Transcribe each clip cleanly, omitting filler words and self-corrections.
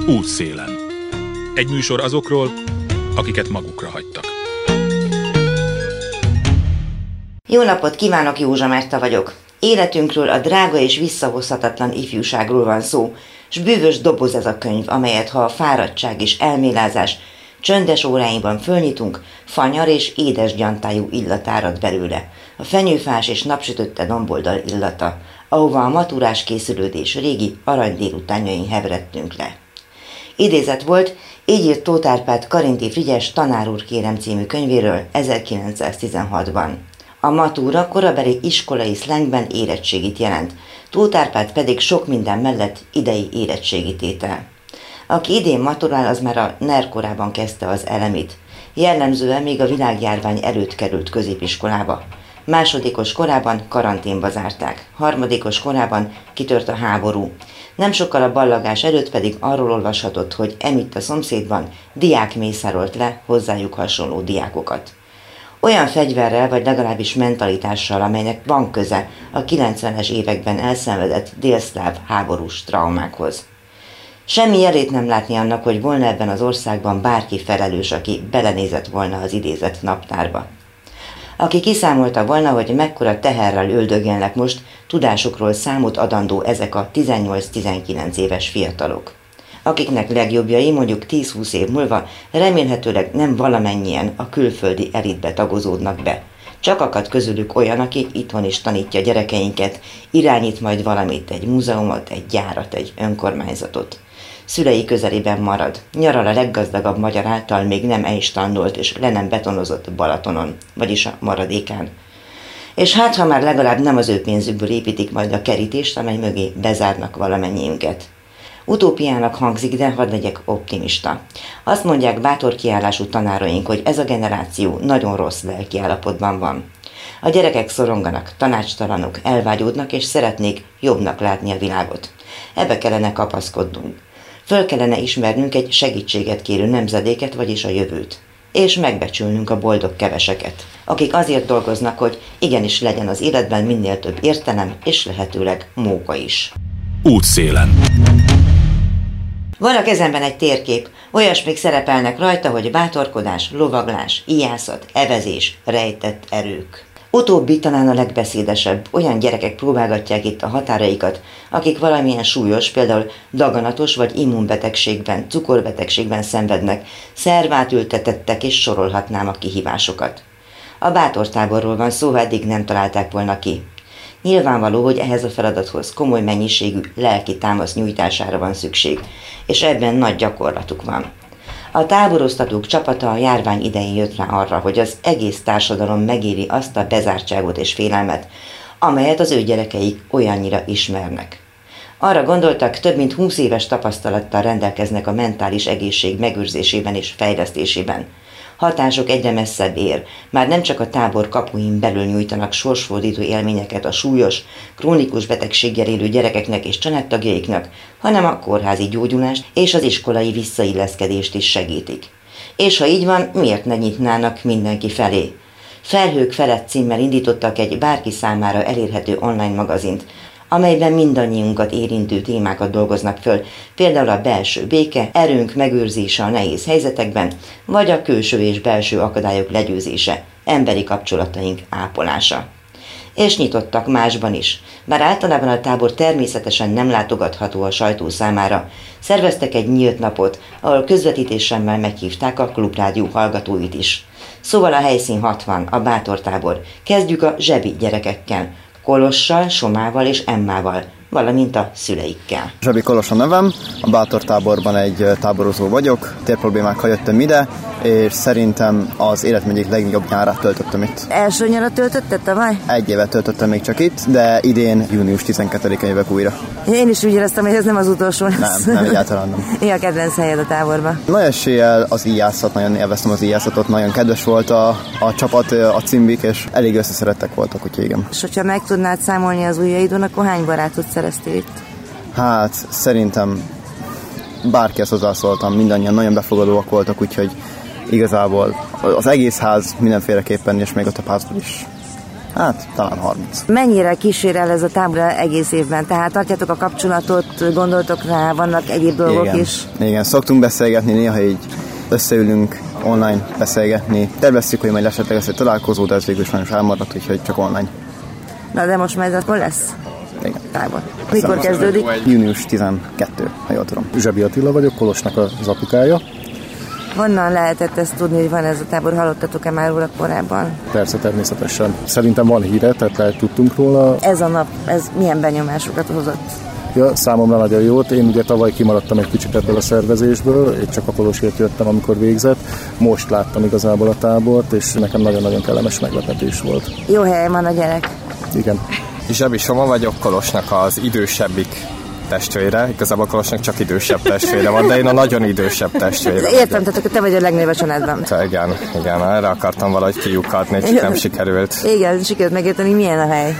Útszélen. Egy műsor azokról, akiket magukra hagytak. Jó napot kívánok, Józsa Márta vagyok. Életünkről, a drága és visszahozhatatlan ifjúságról van szó, s bűvös doboz ez a könyv, amelyet ha a fáradtság és elmélázás csöndes óráiban fölnyitunk, fanyar és édes gyantájú illat árad belőle. A fenyőfás és napsütötte domboldal illata, ahova a maturás készülődés régi arany délutánjain heveredtünk le. Idézet volt, így írt Tóth Árpád Karinthy Frigyes Tanár úr kérem című könyvéről 1916-ban. A matúra korabeli iskolai szlengben érettségit jelent, Tóth Árpád pedig sok minden mellett idei érettségítétel. Aki idén maturál, az már a NER korában kezdte az elemit. Jellemzően még a világjárvány előtt került középiskolába. Másodikos korában karanténba zárták, harmadikos korában kitört a háború. Nem sokkal a ballagás előtt pedig arról olvashatott, hogy emitt a szomszédban diák mészárolt le hozzájuk hasonló diákokat. Olyan fegyverrel vagy legalábbis mentalitással, amelynek van köze a 90-es években elszenvedett délszláv háborús traumákhoz. Semmi jelét nem látni annak, hogy volna ebben az országban bárki felelős, aki belenézett volna az idézett naptárba. Aki kiszámolta volna, hogy mekkora teherrel üldögélnek most, tudásukról számot adandó ezek a 18-19 éves fiatalok. Akiknek legjobbjai mondjuk 10-20 év múlva remélhetőleg nem valamennyien a külföldi elitbe tagozódnak be. Csak akad közülük olyan, aki itthon is tanítja gyerekeinket, irányít majd valamit, egy múzeumot, egy gyárat, egy önkormányzatot. Szülei közelében marad, nyaral a leggazdagabb magyar által még nem eistandolt és le nem betonozott Balatonon, vagyis a maradékán. És hát, ha már legalább nem az ő pénzükből építik majd a kerítést, amely mögé bezárnak valamennyiünket. Utópiának hangzik, de hadd legyek optimista. Azt mondják bátor kiállású tanáraink, hogy ez a generáció nagyon rossz lelkiállapotban van. A gyerekek szoronganak, tanácstalanok, elvágyódnak és szeretnék jobbnak látni a világot. Ebbe kellene kapaszkodnunk. Föl kellene ismernünk egy segítséget kérő nemzedéket, vagyis a jövőt. És megbecsülnünk a boldog keveseket, akik azért dolgoznak, hogy igenis legyen az életben minél több értelem és lehetőleg móka is. Útszélen. Van a kezemben egy térkép, olyasmik szerepelnek rajta, hogy bátorkodás, lovaglás, ijászat, evezés, rejtett erők. Utóbbi talán a legbeszédesebb, olyan gyerekek próbálgatják itt a határaikat, akik valamilyen súlyos, például daganatos vagy immunbetegségben, cukorbetegségben szenvednek, szervátültetettek és sorolhatnám a kihívásokat. A bátortáborról van szó, eddig nem találták volna ki. Nyilvánvaló, hogy ehhez a feladathoz komoly mennyiségű lelki támasz nyújtására van szükség, és ebben nagy gyakorlatuk van. A táboroztatók csapata a járvány idején jött rá arra, hogy az egész társadalom megéri azt a bezártságot és félelmet, amelyet az ő gyerekeik olyannyira ismernek. Arra gondoltak, több mint 20 éves tapasztalattal rendelkeznek a mentális egészség megőrzésében és fejlesztésében. Hatások egyre messzebb ér, már nem csak a tábor kapuin belül nyújtanak sorsfordító élményeket a súlyos, krónikus betegséggel élő gyerekeknek és családtagjaiknak, hanem a kórházi gyógyulást és az iskolai visszailleszkedést is segítik. És ha így van, miért ne nyitnának mindenki felé? Felhők felett címmel indítottak egy bárki számára elérhető online magazint, amelyben mindannyiunkat érintő témákat dolgoznak föl, például a belső béke, erőnk megőrzése a nehéz helyzetekben, vagy a külső és belső akadályok legyőzése, emberi kapcsolataink ápolása. És nyitottak másban is. Bár általában a tábor természetesen nem látogatható a sajtó számára, szerveztek egy nyílt napot, ahol közvetítésemmel meghívták a Klubrádió hallgatóit is. Szóval a helyszín 60, a bátortábor. Kezdjük a zsebi gyerekekkel. Kolossal, Somával és Emmával, valamint a szüleikkel. Zsebi Kolos a nevem, a bátortáborban egy táborozó vagyok, térproblémákkal jöttem ide, és szerintem az életem egyik legnagyobb nyárát töltöttem itt. Első nyarat töltötted tavaly? 1 évet töltöttem még csak itt, de idén június 12-én jövök újra. Én is úgy éreztem, hogy ez nem az utolsó lesz. Nem egyáltalán nem. Mi a kedvenc helyed a táborban? Nagy eséllyel az ijászat, nagyon élveztem az ijászatot, nagyon kedves volt a csapat, a cimbik, és elég összeszerettek voltak, úgyhogy igen. És hogyha meg tudnád számolni az ujjaidon, akkor hány barátot szereztél itt? Hát szerintem bárkihez hozzászóltam, mindannyian nagyon befogadóak voltak, úgyhogy igazából az egész ház mindenféleképpen, és még a több házból is Hát talán 30. Mennyire kísérel ez a tábor egész évben? Tehát tartjátok a kapcsolatot, gondoltok rá, vannak egyéb dolgok is? Igen, szoktunk beszélgetni, néha így összeülünk online beszélgetni. Tervezzük, hogy majd esetleg ezt egy találkozó, de ez végül is nagyon elmaradt, úgyhogy csak online. Na de most már ez akkor lesz? Igen. Tábor. Mikor kezdődik? Június 12, ha jól tudom. Zsebi Attila vagyok, Kolosnak az apukája. Honnan lehetett ezt tudni, hogy van ez a tábor? Hallottatok-e már róla korábban? Persze, természetesen. Szerintem van híre, tehát lehet tudtunk róla. Ez a nap, ez milyen benyomásokat hozott? Ja, számomra nagyon jót. Én ugye tavaly kimaradtam egy kicsit ebből a szervezésből, én csak a Kolosért jöttem, amikor végzett. Most láttam igazából a tábort, és nekem nagyon-nagyon kellemes meglepetés volt. Jó helyen van a gyerek. Igen. Zsebi Soma vagyok, Kolosnak az idősebbik testvére. Igazából Kolosnak csak idősebb testvére van, de én a nagyon idősebb testvére. Értem, tehát te vagy a legnagyobb a családban. Igen, erre akartam valahogy kiukadni, csak nem sikerült. Igen, sikerült megérteni, milyen a hely.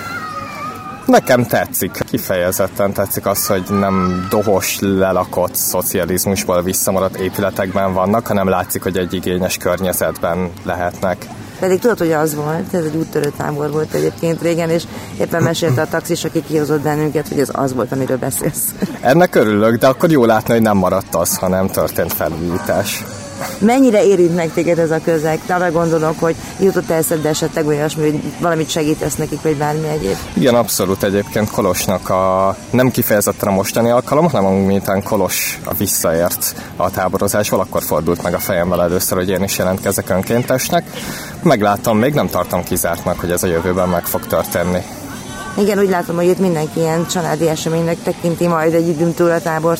Nekem tetszik, kifejezetten tetszik az, hogy nem dohos, lelakott szocializmusból visszamaradt épületekben vannak, hanem látszik, hogy egy igényes környezetben lehetnek. Pedig tudod, hogy az volt, ez egy úttörő tábor volt egyébként régen, és éppen mesélte a taxis, aki kihozott bennünket, hogy ez az volt, amiről beszélsz. Ennek örülök, de akkor jó látni, hogy nem maradt az, hanem történt felújítás. Mennyire érint meg téged ez a közeg? Arra gondolok, hogy jutott eszedbe esetleg olyasmi, hogy valamit segítesz nekik, vagy bármi egyéb? Igen, abszolút egyébként Kolosnak nem kifejezetten a mostani alkalom, hanem miután Kolos visszaért a táborozásból, akkor fordult meg a fejemmel először, hogy én is jelentkezek önkéntesnek. Megláttam, még nem tartom kizártnak, hogy ez a jövőben meg fog történni. Igen, úgy látom, hogy itt mindenki ilyen családi eseménynek tekinti majd egy időn túl a tábort.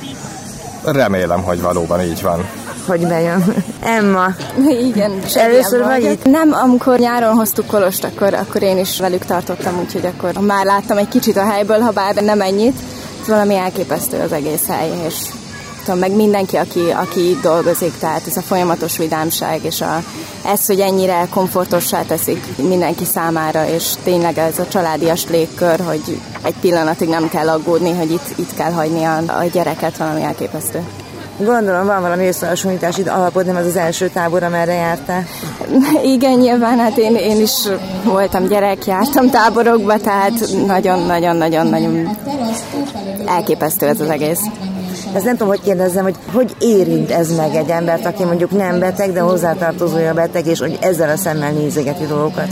Remélem, hogy valóban így van. Hogy bejön. Emma. Igen. Először vagy itt? Nem, amikor nyáron hoztuk Kolost, akkor én is velük tartottam, úgyhogy akkor már láttam egy kicsit a helyből, ha bár nem ennyit. Ez valami elképesztő az egész hely, és tudom, meg mindenki, aki dolgozik, tehát ez a folyamatos vidámság, és ez, hogy ennyire komfortossá teszik mindenki számára, és tényleg ez a családias légkör, hogy egy pillanatig nem kell aggódni, hogy itt kell hagyni a gyereket, valami elképesztő. Gondolom, van valami összehasonlítási alapod, nem az az első tábor, amerre jártál? Igen, nyilván, hát én is voltam gyerek, jártam táborokba, tehát nagyon-nagyon elképesztő ez az egész. Ezt nem tudom, hogy kérdezzem, hogy érint ez meg egy embert, aki mondjuk nem beteg, de hozzátartozója beteg, és hogy ezzel a szemmel nézegeti dolgokat?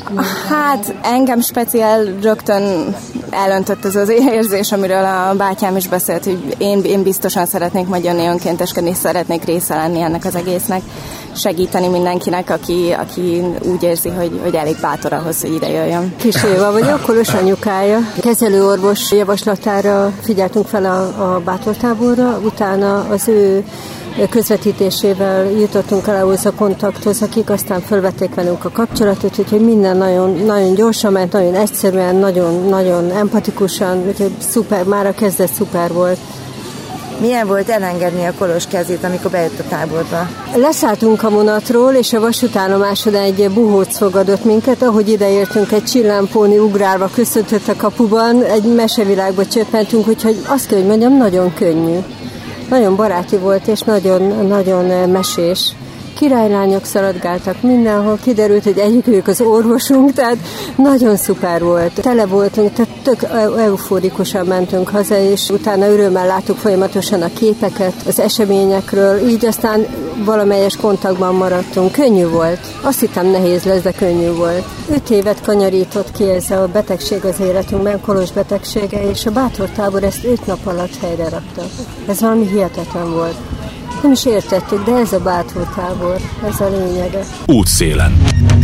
Hát engem speciál rögtön elöntött ez az érzés, amiről a bátyám is beszélt, hogy én biztosan szeretnék majd jönni önkénteskedni, és szeretnék része lenni ennek az egésznek, segíteni mindenkinek, aki úgy érzi, hogy elég bátor ahhoz, hogy ide jöjjön. Kis Éva vagyok, Kolos anyukája. Kezelőorvos javaslatára figyeltünk fel a bátortáborra, utána az ő közvetítésével jutottunk el ahhoz a kontakthoz, akik aztán felvették velünk a kapcsolatot, úgyhogy minden nagyon gyorsan ment, nagyon egyszerűen, nagyon empatikusan, úgyhogy szuper, már a kezdet szuper volt. Milyen volt elengedni a Kolos kezét, amikor bejött a táborba? Leszálltunk a vonatról, és a vasútállomáson egy buhóc fogadott minket, ahogy ideértünk, egy csillámpóni ugrálva köszöntött a kapuban, egy mesevilágba csöppentünk, úgyhogy azt kell, hogy mondjam, nagyon könnyű. Nagyon baráti volt, és nagyon mesés. Királylányok szaladgáltak mindenhol, kiderült, hogy egyikük az orvosunk, tehát nagyon szuper volt. Tele voltunk, tehát tök eufórikusan mentünk haza, és utána örömmel láttuk folyamatosan a képeket az eseményekről, így aztán valamelyes kontaktban maradtunk. Könnyű volt. Azt hittem nehéz lesz, de könnyű volt. 5 évet kanyarított ki ez a betegség az életünkben, Kolos betegsége, és a bátortábor ezt 5 nap alatt helyre rakta. Ez valami hihetetlen volt. Nem is értettük, de ez a bátortábor, ez a lényege. Útszélen.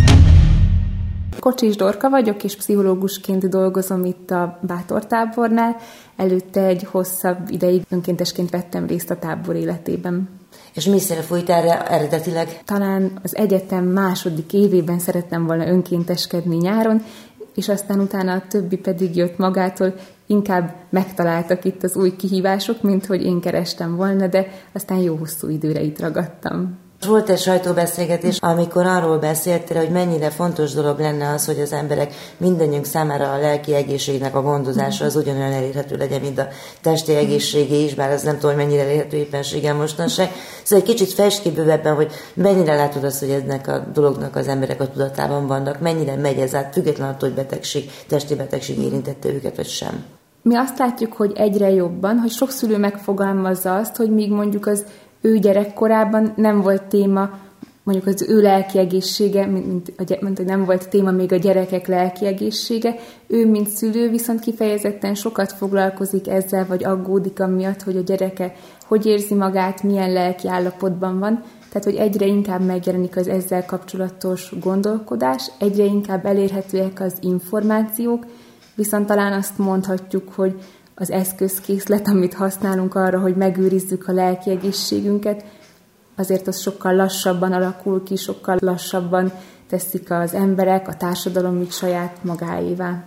Kocsis Dorka vagyok, és pszichológusként dolgozom itt a bátortábornál. Előtte egy hosszabb ideig önkéntesként vettem részt a tábor életében. És miszerre folyt erre eredetileg? Talán az egyetem második évében szerettem volna önkénteskedni nyáron, és aztán utána a többi pedig jött magától, inkább megtaláltak itt az új kihívások, mint hogy én kerestem volna, de aztán jó hosszú időre itt ragadtam. Volt egy sajtóbeszélgetés, amikor arról beszéltél, hogy mennyire fontos dolog lenne az, hogy az emberek mindannyiunk számára a lelki egészségnek a gondozása az ugyanolyan elérhető legyen, mint a testi egészségé is, bár az nem tudom, hogy mennyire elérhető éppenséggel mostanság. Szóval egy kicsit fejtsd ki bővebben, hogy mennyire látod azt, hogy ennek a dolognak az emberek a tudatában vannak, mennyire megy ez át, függetlenül attól, hogy testi betegség érintette őket, vagy sem. Mi azt látjuk, hogy egyre jobban, hogy sok szülő megfogalmazza azt, hogy míg mondjuk az ő gyerekkorában nem volt téma, mondjuk az ő lelki egészsége, mint nem volt téma még a gyerekek lelki egészsége, ő, mint szülő viszont kifejezetten sokat foglalkozik ezzel, vagy aggódik amiatt, hogy a gyereke hogy érzi magát, milyen lelki állapotban van, tehát hogy egyre inkább megjelenik az ezzel kapcsolatos gondolkodás, egyre inkább elérhetőek az információk, viszont talán azt mondhatjuk, hogy az eszközkészlet, amit használunk arra, hogy megőrizzük a lelki egészségünket, azért az sokkal lassabban alakul ki, sokkal lassabban teszik az emberek, a társadalom így saját magáévá.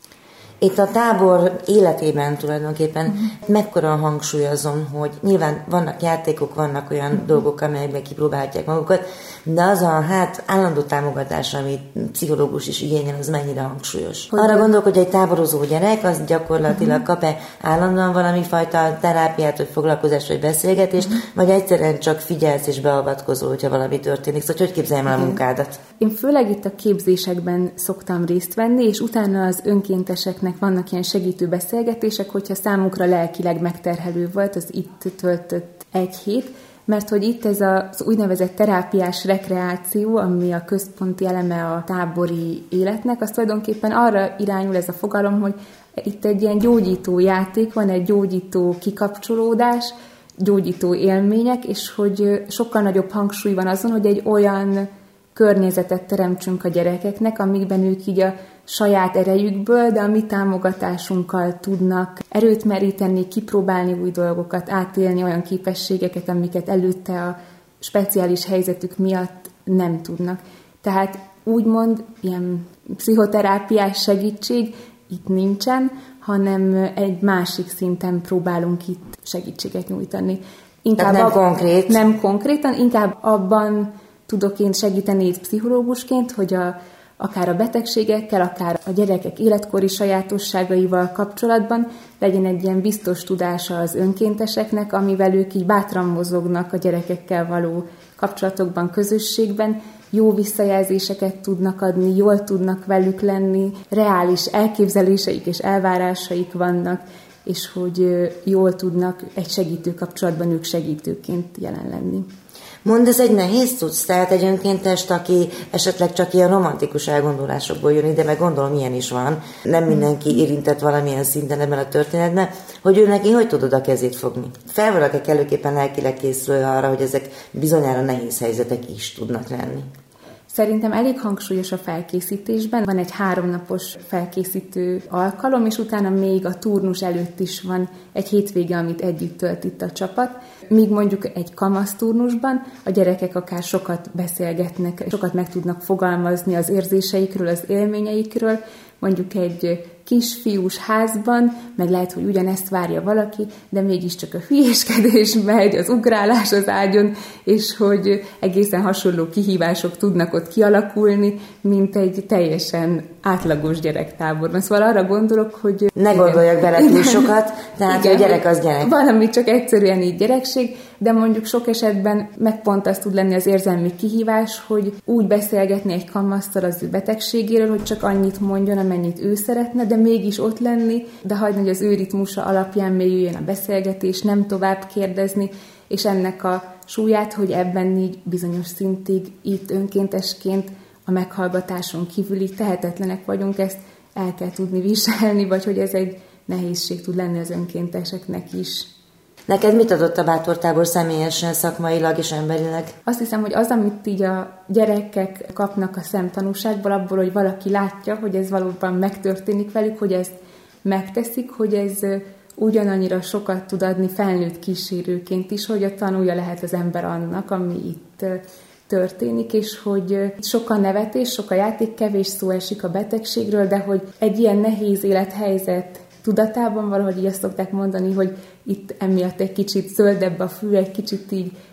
Itt a tábor életében tulajdonképpen mekkora hangsúlyozom, hogy nyilván vannak játékok, vannak olyan dolgok, amelyekben kipróbálják magukat, de az a állandó támogatás, amit pszichológus is igényel, az mennyire hangsúlyos. Arra gondolok, hogy egy táborozó gyerek, az gyakorlatilag kap-e állandóan valami fajta terápiát, vagy foglalkozást, vagy beszélgetést, vagy egyszerűen csak figyelsz és beavatkozol, hogyha valami történik. Szóval hogy képzeljem el a munkádat? Én főleg itt a képzésekben szoktam részt venni, és utána az önkénteseknek vannak ilyen segítő beszélgetések, hogyha számukra lelkileg megterhelő volt, az itt töltött egy hét, mert hogy itt ez az úgynevezett terápiás rekreáció, ami a központi eleme a tábori életnek, az tulajdonképpen arra irányul ez a fogalom, hogy itt egy ilyen gyógyító játék van, egy gyógyító kikapcsolódás, gyógyító élmények, és hogy sokkal nagyobb hangsúly van azon, hogy egy olyan környezetet teremtsünk a gyerekeknek, amikben ők így a saját erejükből, de a mi támogatásunkkal tudnak erőt meríteni, kipróbálni új dolgokat, átélni olyan képességeket, amiket előtte a speciális helyzetük miatt nem tudnak. Tehát úgymond ilyen pszichoterápiás segítség itt nincsen, hanem egy másik szinten próbálunk itt segítséget nyújtani. Inkább nem konkrét. Nem konkrétan, inkább abban tudok én segíteni itt pszichológusként, hogy akár a betegségekkel, akár a gyerekek életkori sajátosságaival kapcsolatban legyen egy ilyen biztos tudása az önkénteseknek, amivel ők így bátran mozognak a gyerekekkel való kapcsolatokban, közösségben, jó visszajelzéseket tudnak adni, jól tudnak velük lenni, reális elképzeléseik és elvárásaik vannak, és hogy jól tudnak egy segítő kapcsolatban ők segítőként jelen lenni. Mondd, ez egy nehéz cucc, tehát egy önkéntest, aki esetleg csak ilyen romantikus elgondolásokból jön ide, meg gondolom ilyen is van, nem mindenki érintett valamilyen szinten ebben a történetben, hogy ő neki hogy tudod a kezét fogni? Fel vannak-e kellőképpen lelkileg készülve arra, hogy ezek bizonyára nehéz helyzetek is tudnak lenni? Szerintem elég hangsúlyos a felkészítésben. Van egy 3 napos felkészítő alkalom, és utána még a turnus előtt is van egy hétvége, amit együtt tölt itt a csapat. Míg mondjuk egy kamasz turnusban a gyerekek akár sokat beszélgetnek, sokat meg tudnak fogalmazni az érzéseikről, az élményeikről, mondjuk egy kisfiús házban, meg lehet, hogy ugyanezt várja valaki, de mégiscsak a hülyéskedés megy, az ugrálás az ágyon, és hogy egészen hasonló kihívások tudnak ott kialakulni, mint egy teljesen átlagos gyerektáborban. Szóval arra gondolok, hogy... Ne gondoljak bele túl sokat, tehát igen, a gyerek az gyerek. Valami csak egyszerűen így gyerekség, de mondjuk sok esetben meg pont az tud lenni az érzelmi kihívás, hogy úgy beszélgetni egy kamasztal az ő betegségéről, hogy csak annyit mondjon, amennyit ő szeretne, de mégis ott lenni, de hagyni, hogy az ő ritmusa alapján mélyüljön a beszélgetés, nem tovább kérdezni, és ennek a súlyát, hogy ebben így bizonyos szintig itt önkéntesként a meghallgatáson kívüli tehetetlenek vagyunk, ezt el kell tudni viselni, vagy hogy ez egy nehézség tud lenni az önkénteseknek is. Neked mit adott a bátortábor személyesen, szakmailag és emberileg? Azt hiszem, hogy az, amit így a gyerekek kapnak a szemtanúságból, abból, hogy valaki látja, hogy ez valóban megtörténik velük, hogy ezt megteszik, hogy ez ugyanannyira sokat tud adni felnőtt kísérőként is, hogy a tanulja lehet az ember annak, ami itt történik, és hogy sok a nevetés, sok a játék, kevés szó esik a betegségről, de hogy egy ilyen nehéz élethelyzet tudatában valahogy így azt szokták mondani, hogy itt emiatt egy kicsit zöldebb a fű, egy kicsit így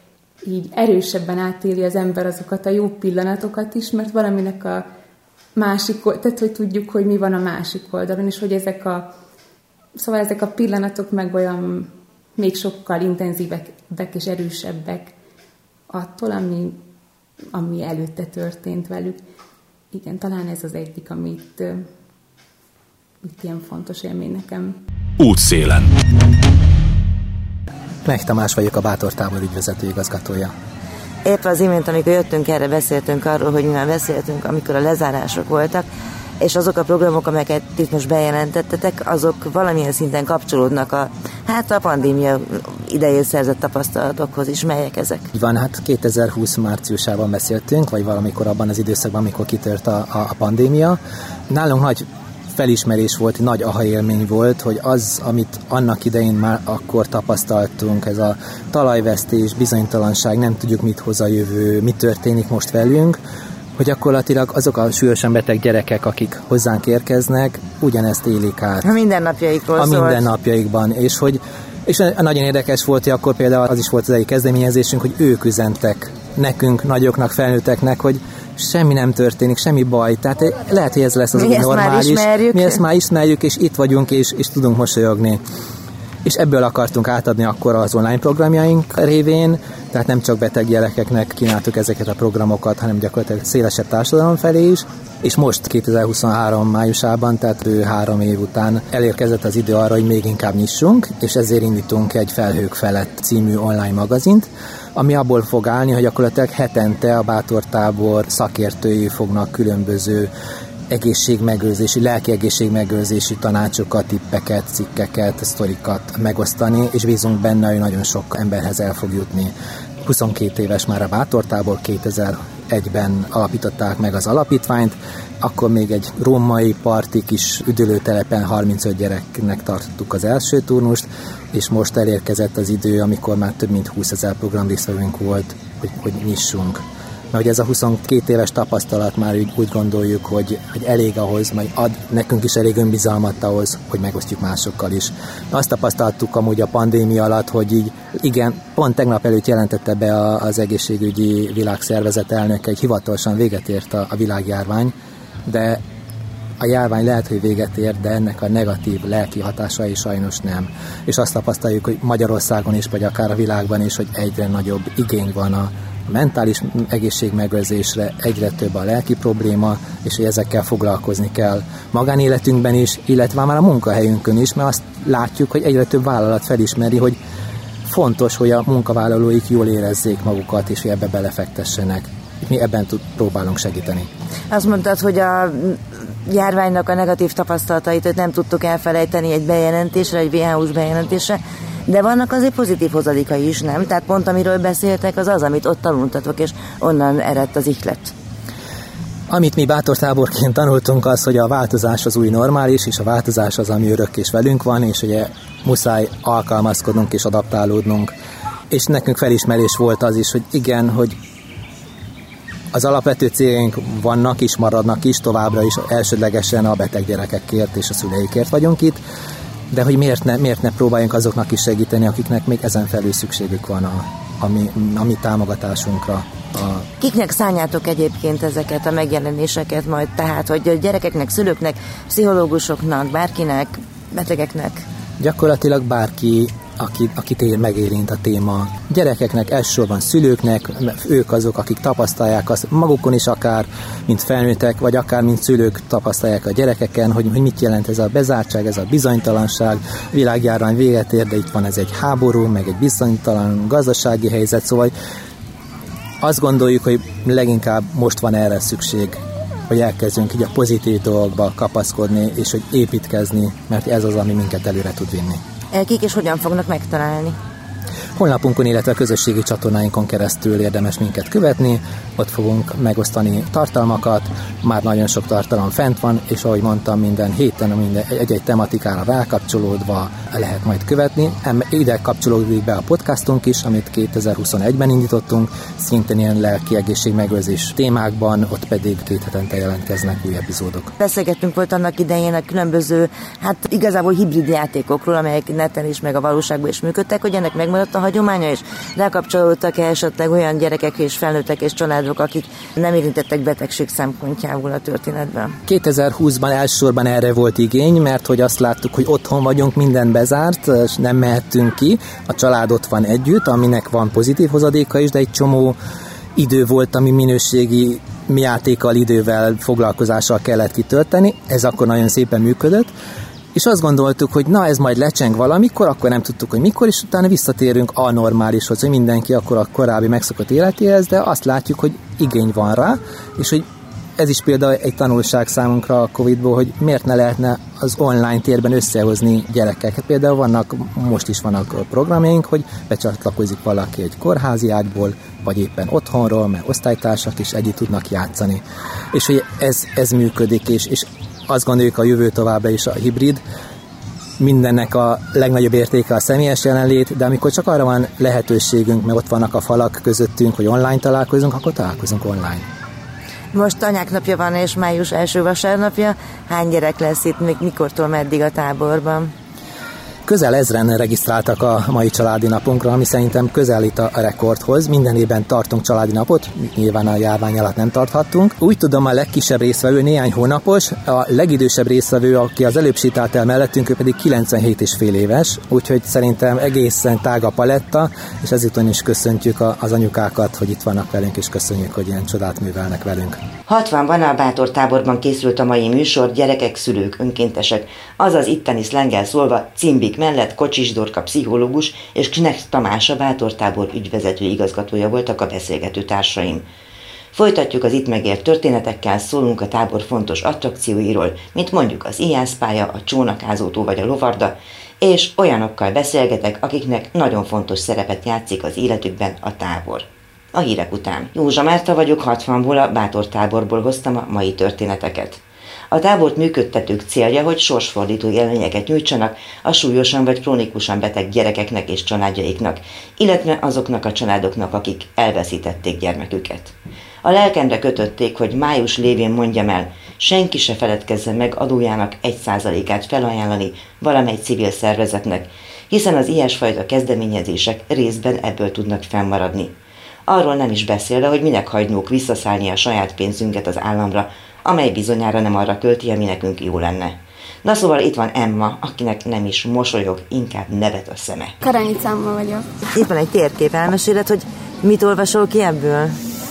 így erősebben átéli az ember azokat a jó pillanatokat is, mert valaminek a másik, tehát hogy tudjuk, hogy mi van a másik oldalon, és hogy ezek a pillanatok meg olyan még sokkal intenzívebbek és erősebbek attól, ami előtte történt velük. Igen, talán ez az egyik, amit ilyen fontos élmény nekem. Útszélen. Knecht Tamás vagyok, a Bátor tábor ügyvezető igazgatója. Épp az imént, amikor jöttünk erre, beszéltünk arról, hogy mi már beszéltünk, amikor a lezárások voltak, és azok a programok, amelyeket itt most bejelentettetek, azok valamilyen szinten kapcsolódnak a pandémia idején szerzett tapasztalatokhoz is. Melyek ezek? Van, 2020 márciusában beszéltünk, vagy valamikor abban az időszakban, amikor kitört a pandémia. Nálunk nagy felismerés volt, nagy aha élmény volt, hogy az, amit annak idején már akkor tapasztaltunk, ez a talajvesztés, bizonytalanság, nem tudjuk, mit hoz a jövő, mi történik most velünk, hogy gyakorlatilag azok a súlyosan beteg gyerekek, akik hozzánk érkeznek, ugyanezt élik át. A mindennapjaikról szólt. A mindennapjaikban, és nagyon érdekes volt, hogy akkor például az is volt az egyik kezdeményezésünk, hogy ők üzentek nekünk, nagyoknak, felnőtteknek, hogy semmi nem történik, semmi baj. Tehát lehet, hogy ez lesz az új normális. Mi ezt már ismerjük, és itt vagyunk, és tudunk mosolyogni. És ebből akartunk átadni akkor az online programjaink révén, tehát nem csak beteg gyerekeknek kínáltuk ezeket a programokat, hanem gyakorlatilag szélesebb társadalom felé is, és most 2023 májusában, tehát 3 év után elérkezett az idő arra, hogy még inkább nyissunk, és ezért indítunk egy Felhők felett című online magazint, ami abból fog állni, hogy gyakorlatilag hetente a Bátor tábor szakértői fognak különböző egészségmegőrzési, lelki egészségmegőrzési tanácsokat, tippeket, cikkeket, sztorikat megosztani, és bízunk benne, hogy nagyon sok emberhez el fog jutni. 22 éves már a Bátor tábor, 2001-ben alapították meg az alapítványt, akkor még egy római parti kis üdülőtelepen 35 gyereknek tartottuk az első turnust, és most elérkezett az idő, amikor már több mint 20 000 programrészvevőnk volt, hogy nyissunk. Mert hogy ez a 22 éves tapasztalat már úgy gondoljuk, hogy elég ahhoz, majd ad nekünk is elég önbizalmat ahhoz, hogy megosztjuk másokkal is. Azt tapasztaltuk amúgy a pandémia alatt, hogy így igen, pont tegnap előtt jelentette be az egészségügyi világszervezet elnöke, hogy hivatalosan véget ért a világjárvány, de a járvány lehet, hogy véget ér, de ennek a negatív lelki hatásai sajnos nem. És azt tapasztaljuk, hogy Magyarországon is, vagy akár a világban is, hogy egyre nagyobb igény van a mentális egészségmegőrzésre, egyre több a lelki probléma, és hogy ezekkel foglalkozni kell magánéletünkben is, illetve már a munkahelyünkön is, mert azt látjuk, hogy egyre több vállalat felismeri, hogy fontos, hogy a munkavállalóik jól érezzék magukat, és hogy ebbe belefektessenek. Mi ebben próbálunk segíteni. Azt mondtad, hogy a járványnak a negatív tapasztalatait nem tudtuk elfelejteni egy bejelentésre, egy WHO-s bejelentésre, de vannak azért pozitív hozadékai is, nem? Tehát pont amiről beszéltek, az, amit ott tanultatok, és onnan eredt az ihlet. Amit mi Bátor táborként tanultunk, az, hogy a változás az új normális, és a változás az, ami örök és velünk van, és ugye muszáj alkalmazkodnunk és adaptálódnunk. És nekünk felismerés volt az is, hogy igen, hogy az alapvető céljaink vannak is, maradnak is, továbbra is elsődlegesen a beteg gyerekekért és a szüleikért vagyunk itt, de hogy miért ne próbáljunk azoknak is segíteni, akiknek még ezen felül szükségük van a mi támogatásunkra. Kiknek szánjátok egyébként ezeket a megjelenéseket majd? Tehát, hogy a gyerekeknek, szülőknek, pszichológusoknak, bárkinek, betegeknek? Gyakorlatilag bárki, akit megérint a téma. Gyerekeknek, elsősorban szülőknek, ők azok, akik tapasztalják azt magukon is akár, mint felnőttek, vagy akár mint szülők tapasztalják a gyerekeken, hogy mit jelent ez a bezártság, ez a bizonytalanság, világjárvány véget ér, de itt van ez egy háború, meg egy bizonytalan gazdasági helyzet, szóval azt gondoljuk, hogy leginkább most van erre szükség, hogy elkezdjünk így a pozitív dolgokba kapaszkodni, és hogy építkezni, mert ez az, ami minket előre tud vinni. Kik és hogyan fognak megtalálni? Honlapunkon, illetve a közösségi csatornáinkon keresztül érdemes minket követni, ott fogunk megosztani tartalmakat, már nagyon sok tartalom fent van, és ahogy mondtam, minden héten egy-egy tematikára rákapcsolódva lehet majd követni. Ide kapcsolódik be a podcastunk is, amit 2021-ben indítottunk, szintén ilyen lelki egészségmegőrzés témákban, ott pedig 2 hetente jelentkeznek új epizódok. Beszélgettünk volt annak idején a különböző, hát igazából hibrid játékokról, amelyek neten is, meg a valóságban is működtek, hogy ennek megmaradt a hagyománya, és rákapcsolódtak esetleg olyan gyerekek és felnőttek és családok, akik nem érintettek betegség szempontjából a történetben. 2020-ban elsősorban erre volt igény, mert hogy azt láttuk, hogy otthon vagyunk, minden bezárt, és nem mehettünk ki, a család ott van együtt, aminek van pozitív hozadéka is, de egy csomó idő volt, ami minőségi játékkal, idővel, foglalkozással kellett kitölteni, ez akkor nagyon szépen működött, és azt gondoltuk, hogy na ez majd lecseng valamikor, akkor nem tudtuk, hogy mikor, és utána visszatérünk a normálishoz, hogy mindenki akkor a korábbi megszokott életéhez, de azt látjuk, hogy igény van rá, és hogy ez is például egy tanulság számunkra a Covid-ból, hogy miért ne lehetne az online térben összehozni gyerekeket. Például most is vannak programjaink, hogy becsatlakozik valaki egy kórházi ágyból, vagy éppen otthonról, mert osztálytársak is együtt tudnak játszani. És hogy ez működik, és azt gondoljuk a jövő továbbra is a hibrid, mindennek a legnagyobb értéke a személyes jelenlét, de amikor csak arra van lehetőségünk, mert ott vannak a falak közöttünk, hogy online találkozunk, akkor találkozunk online. Most anyák napja van, és május első vasárnapja. Hány gyerek lesz itt, még mikortól meddig a táborban? Közel 1000-en regisztráltak a mai családi napunkra, ami szerintem közelít a rekordhoz. Minden évben tartunk családi napot, nyilván a járvány alatt nem tarthattunk. Úgy tudom, a legkisebb résztvevő néhány hónapos, a legidősebb résztvevő, aki az előbb sétált el mellettünk, ő pedig 97,5 éves, úgyhogy szerintem egészen tág a paletta, és ezúton is köszöntjük az anyukákat, hogy itt vannak velünk, és köszönjük, hogy ilyen csodát művelnek velünk. 60-ban a Bátor táborban készült a mai műsor, gyerekek, szülők, önkéntesek, azaz itteni szlenggel szólva Cimbik mellett Kocsis Dorka pszichológus és Knecht Tamás a Bátor tábor ügyvezető igazgatója voltak a beszélgető társaim. Folytatjuk az itt megélt történetekkel, szólunk a tábor fontos attrakcióiról, mint mondjuk az íjászpálya, a csónakázótó vagy a lovarda, és olyanokkal beszélgetek, akiknek nagyon fontos szerepet játszik az életükben a tábor. A hírek után. Józsa Márta vagyok, 60-ból a Bátor táborból hoztam a mai történeteket. A tábort működtetők célja, hogy sorsfordító élményeket nyújtsanak a súlyosan vagy krónikusan beteg gyerekeknek és családjaiknak, illetve azoknak a családoknak, akik elveszítették gyermeküket. A lelkemre kötötték, hogy május lévén mondjam el, senki se feledkezzen meg adójának 1%-át felajánlani valamely civil szervezetnek, hiszen az ilyesfajta kezdeményezések részben ebből tudnak fennmaradni. Arról nem is beszélve, hogy minek hagynók visszaszállni a saját pénzünket az államra, amely bizonyára nem arra költi, ami nekünk jó lenne. Na szóval itt van Emma, akinek nem is mosolyog, inkább nevet a szeme. Karanyi Emma vagyok. Itt van egy térkép, elmeséled, hogy mit olvasol ki ebből?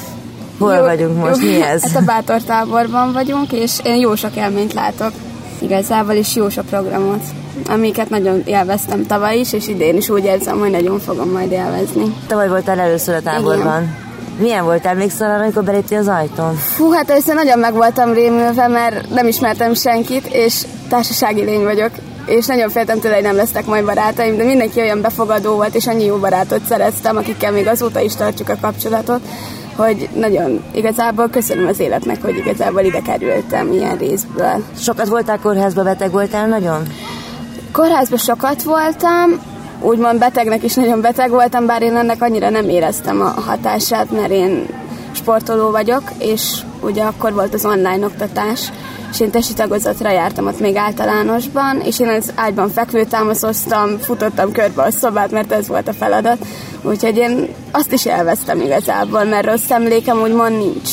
Hol vagyunk most, mi ez? Hát a Bátor táborban vagyunk, és én jó sok élményt látok. Igazából is jó sok programot, amiket nagyon élveztem tavaly is, és idén is úgy érzem, hogy nagyon fogom majd élvezni. Tavaly voltál először a táborban. Igen. Milyen volt? Emlékszel arra, amikor beléptél az ajtón? Fú, hát először nagyon meg voltam rémülve, mert nem ismertem senkit, és társasági lény vagyok, és nagyon féltem tőle, hogy nem lesznek majd barátaim, de mindenki olyan befogadó volt, és annyi jó barátot szereztem, akikkel még azóta is tartjuk a kapcsolatot, hogy nagyon igazából köszönöm az életnek, hogy igazából ide kerültem ilyen részből. Sokat voltál kórházba, beteg voltál nagyon? Kórházban sokat voltam, úgymond betegnek is nagyon beteg voltam, bár én ennek annyira nem éreztem a hatását, mert én sportoló vagyok, és ugye akkor volt az online oktatás, és én testi tagozatra jártam ott még általánosban, és én az ágyban fekvőtámaszoztam, futottam körbe a szobát, mert ez volt a feladat, úgyhogy én azt is élveztem igazából, mert rossz emlékem úgymond nincs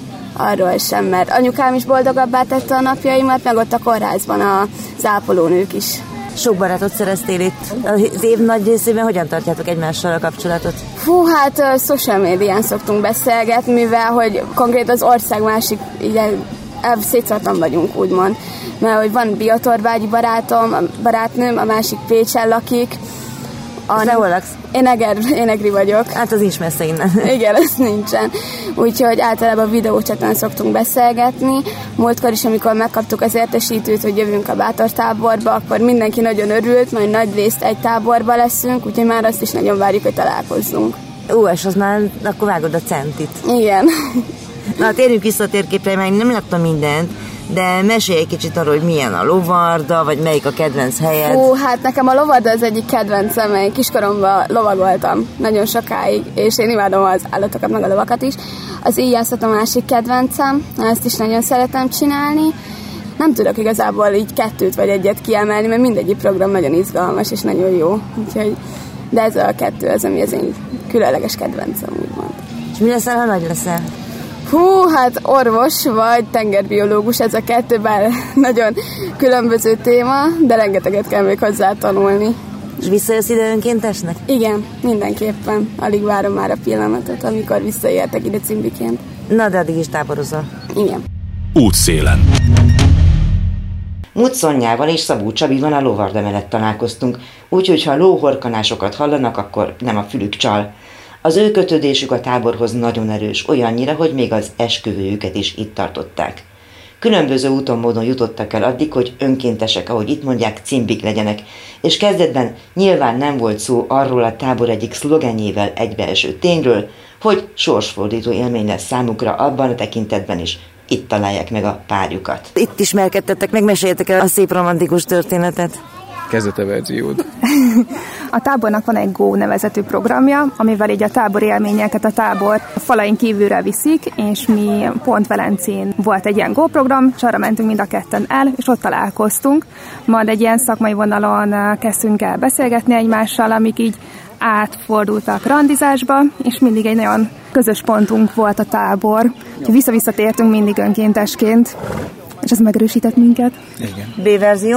arról sem, mert anyukám is boldogabbá tette a napjaimat, meg ott a kórházban az ápolónők is. Sok barátot szereztél itt. Az év nagy részében hogyan tartjátok egymással a kapcsolatot? Hú, hát social médián szoktunk beszélgetni, mivel hogy konkrét az ország másik, igen, szétszartan vagyunk, úgymond. Mert hogy van biotorbágyi barátnőm, a másik Pécsen lakik. De hol laksz? Én egri vagyok. Hát az is messze innen. Igen, ez nincsen. Úgyhogy általában videócsaton szoktunk beszélgetni. Múltkor is, amikor megkaptuk az értesítőt, hogy jövünk a Bátor táborba, akkor mindenki nagyon örült, majd nagy részt egy táborba leszünk, úgyhogy már azt is nagyon várjuk, hogy találkozzunk. És az már akkor vágod a centit. Igen. Na, térjünk vissza a térképre, mert nem láttam mindent, de mesélj egy kicsit arról, hogy milyen a lovarda, vagy melyik a kedvenc helyed. Hát nekem a lovarda az egyik kedvencem, mert kiskoromban lovagoltam nagyon sokáig, és én imádom az állatokat, meg a lovakat is. Az íjászat a másik kedvencem, ezt is nagyon szeretem csinálni. Nem tudok igazából így 2 vagy 1 kiemelni, mert mindegyik program nagyon izgalmas és nagyon jó. Úgyhogy, de ez a 2 az, ami az én különleges kedvencem, úgymond. És mi leszel, ha nagy leszel? Hát orvos vagy tengerbiológus, ez a 2, bár nagyon különböző téma, de rengeteget kell még hozzá tanulni. És visszajössz ide önkéntesnek? Igen, mindenképpen. Alig várom már a pillanatot, amikor visszaértek ide cimbiként. Na, de addig is táborozol. Igen. Útszélen. Mutt Szonyával és Szabó Csabival a lovarda mellett találkoztunk, úgyhogy ha lóhorkanásokat hallanak, akkor nem a fülük csal. Az ő kötődésük a táborhoz nagyon erős, olyannyira, hogy még az esküvőjüket is itt tartották. Különböző úton módon jutottak el addig, hogy önkéntesek, ahogy itt mondják, cimbik legyenek, és kezdetben nyilván nem volt szó arról a tábor egyik szlogenjével egybeeső tényről, hogy sorsfordító élmény lesz számukra abban a tekintetben is, itt találják meg a párjukat. Itt ismerkedtettek, meg meséljetek el a szép romantikus történetet. Kezdete verziód. A tábornak van egy Go nevezetű programja, amivel így a tábor élményeket a tábor falain kívülre viszik, és mi pont Velencén volt egy ilyen Go program, és arra mentünk mind a ketten el, és ott találkoztunk. Majd egy ilyen szakmai vonalon kezdtünk el beszélgetni egymással, amik így átfordultak randizásba, és mindig egy nagyon közös pontunk volt a tábor. Úgyhogy vissza-visszatértünk mindig önkéntesként, és ez megerősített minket. Igen. B-verzió?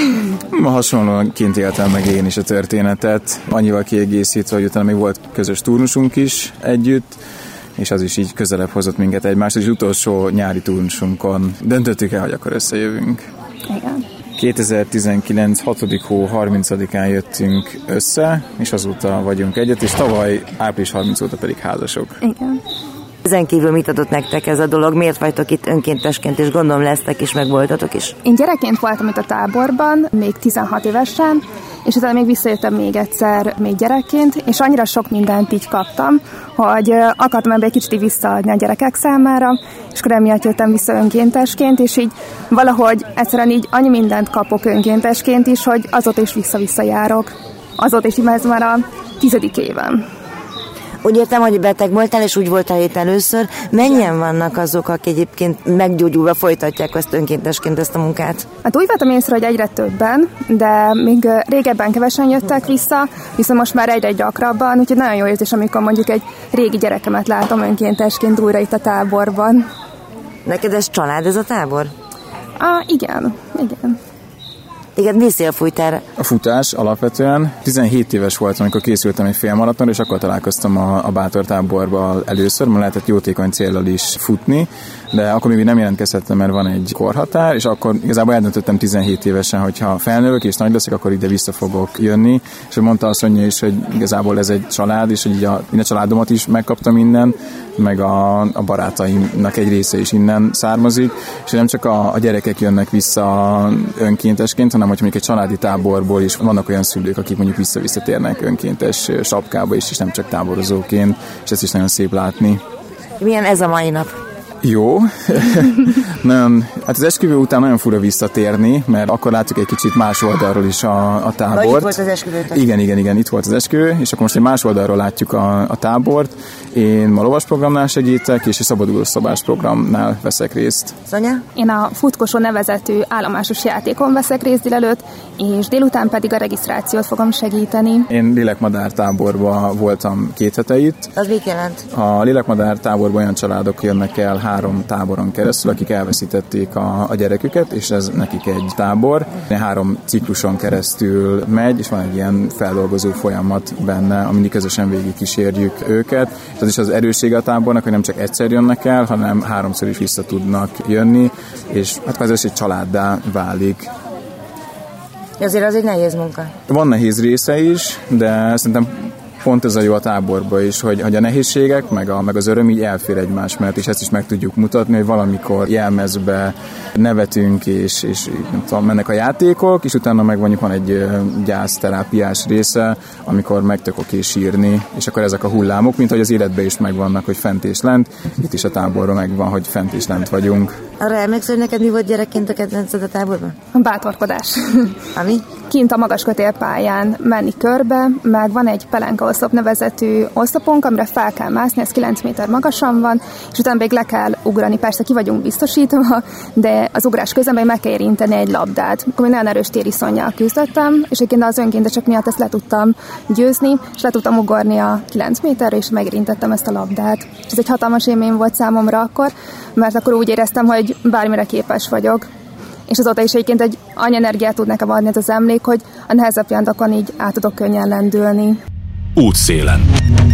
Hasonlóként éltem meg én is a történetet, annyival kiegészítve, hogy utána még volt közös turnusunk is együtt, és az is így közelebb hozott minket egymást, és utolsó nyári turnusunkon döntöttük el, hogy akkor összejövünk. Igen. 2019. 6. hó 30-án jöttünk össze, és azóta vagyunk egyet, és tavaly április 30 óta pedig házasok. Igen. Ezen kívül mit adott nektek ez a dolog? Miért vagytok itt önkéntesként, és gondolom lesztek is, meg voltatok is? Én gyerekként voltam itt a táborban, még 16 évesen, és utána még visszajöttem még egyszer, még gyerekként, és annyira sok mindent így kaptam, hogy akartam ebbe egy kicsit visszaadni a gyerekek számára, és akkor emiatt jöttem vissza önkéntesként, és így valahogy egyszerűen így annyi mindent kapok önkéntesként is, hogy azóta is vissza-vissza járok. Azóta is, ez már a 10. évem. Úgy értem, hogy beteg voltál, és úgy voltál itt először. Mennyien vannak azok, akik egyébként meggyógyulva folytatják ezt önkéntesként ezt a munkát? Hát úgy vettem észre, hogy egyre többen, de még régebben kevesen jöttek vissza, viszont most már egyre gyakrabban, úgyhogy nagyon jó érzés, amikor mondjuk egy régi gyerekemet látom önkéntesként újra itt a táborban. Neked ez család, ez a tábor? Igen. Igen, mi szélfújtál? A futás alapvetően 17 éves voltam, amikor készültem egy félmaraton, és akkor találkoztam a Bátor táborban először, mert lehetett jótékony céllal is futni, de akkor még nem jelentkezhettem, mert van egy korhatár, és akkor igazából eldöntöttem 17 évesen, hogy ha felnövök és nagy leszek, akkor ide vissza fogok jönni, és mondta a Szonya is, hogy igazából ez egy család, és hogy így a családomat is megkaptam innen, meg a barátaimnak egy része is innen származik, és nem csak a gyerekek jönnek vissza önkéntesként, hanem hogy mondjuk egy családi táborból is vannak olyan szülők, akik mondjuk visszatérnek önkéntes sapkába is, és nem csak táborozóként, és ezt is nagyon szép látni. Milyen ez a mai nap? Jó. Nagyon, hát az esküvő után nagyon fura visszatérni, mert akkor látjuk egy kicsit más oldalról is a tábort. Itt volt az esküvőtök? Igen, itt volt az esküvő, és akkor most egy más oldalról látjuk a tábort. Én ma lovas programnál segítek, és a szabadulószobás programnál veszek részt. Szonya? Én a Futkosó nevezetű állomásos játékon veszek részt délelőtt, és délután pedig a regisztrációt fogom segíteni. Én lélekmadár táborban voltam 2 hete itt. Az mit jelent? A lélekmadár táborban olyan családok jönnek el 3 táboron keresztül, akik elveszítették a gyereküket, és ez nekik egy tábor. 3 cikluson keresztül megy, és van egy ilyen feldolgozó folyamat benne, amin közösen végig kísérjük őket. Ez is az erőssége a tábornak, hogy nem csak egyszer jönnek el, hanem 3-szor is vissza tudnak jönni, és hát ez egy családdá válik. Azért az egy nehéz munka. Van nehéz része is, de szerintem pont ez a jó a táborban is, hogy a nehézségek, meg az öröm így elfér egymás mellett, és ezt is meg tudjuk mutatni, hogy valamikor jelmezbe nevetünk, és nem tudom, mennek a játékok, és utána meg van egy gyászterápiás része, amikor meg tök oké sírni, és akkor ezek a hullámok, mint hogy az életben is megvannak, hogy fent és lent, itt is a táborban megvan, hogy fent és lent vagyunk. Arra emlékszel, hogy neked mi volt gyerekként a kedvenced a táborban? A bátorkodás. Ami? Kint a magas kötélpályán menni körbe, meg van egy pelenka oszlop nevezetű oszlopunk, amire fel kell mászni, ez 9 méter magasan van, és utána még le kell ugrani. Persze ki vagyunk biztosítva, de az ugrás közben meg kell érinteni egy labdát. Akkor még nagyon erős tériszonnyal küzdöttem, és egyébként az önkéntesek miatt ezt le tudtam győzni, és le tudtam ugorni a 9 méterre, és megérintettem ezt a labdát. És ez egy hatalmas élmény volt számomra akkor, mert akkor úgy éreztem, hogy bármire képes vagyok. És azóta is egyébként egy annyi energiát tud nekem adni ez az emlék, hogy a nehezebb pillanatokon így át tudok könnyen lendülni. Útszélen.